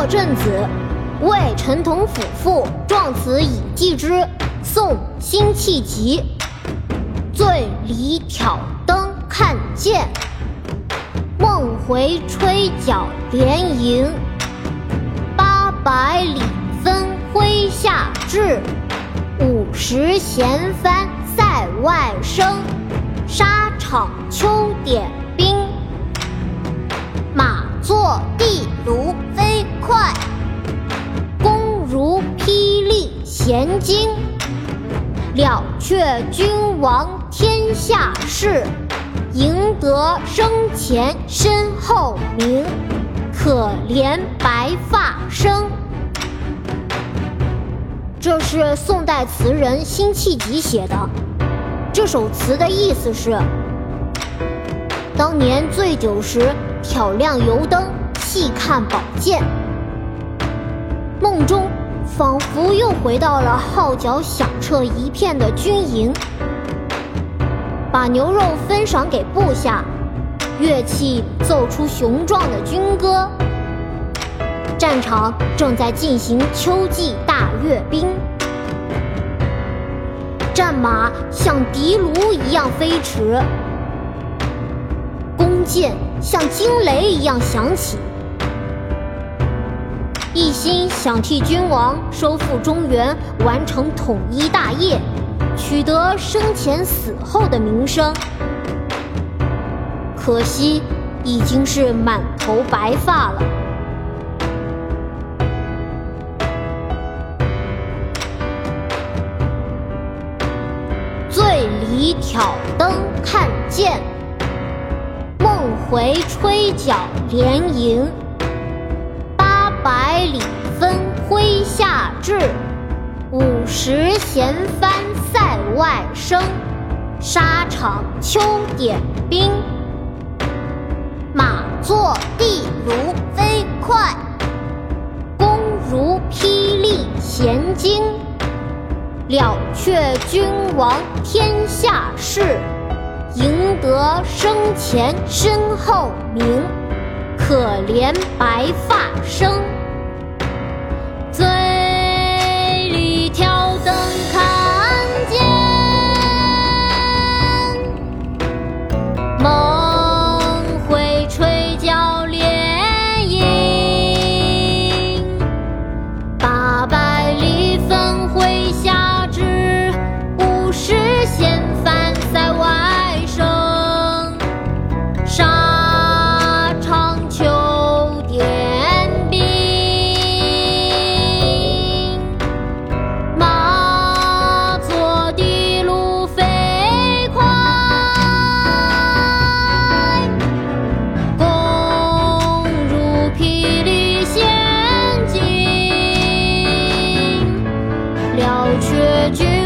正子，为陈同甫赋，壮词以寄之。宋·辛弃疾。醉里挑灯看剑，梦回吹角连营。800里分麾下炙，50弦翻塞外声。沙场秋点兵，马作地卢飞快。弓如霹雳弦惊，了却君王天下事。赢得生前身后名，可怜白发生。这是宋代词人辛弃疾写的。这首词的意思是：当年醉酒时挑亮油灯，细看宝剑，梦中仿佛又回到了号角响彻一片的军营，把牛肉分赏给部下，乐器奏出雄壮的军歌。战场正在进行秋季大阅兵，战马像敌卢一样飞驰，弓箭像惊雷一样响起，一心想替君王收复中原，完成统一大业，取得生前死后的名声。可惜已经是满头白发了。醉里挑灯看剑，梦回吹角连营。800里分麾下炙，50弦翻塞外声。沙场秋点兵，马作地卢飞快。弓如霹雳弦惊，了却君王天下事。赢得生前身后名，可怜白发生。醉里挑灯看剑，梦回吹角连营。800里分麾下炙，50弦翻塞外声。沙场秋点兵，马作地卢飞快。弓如霹雳弦惊，了却君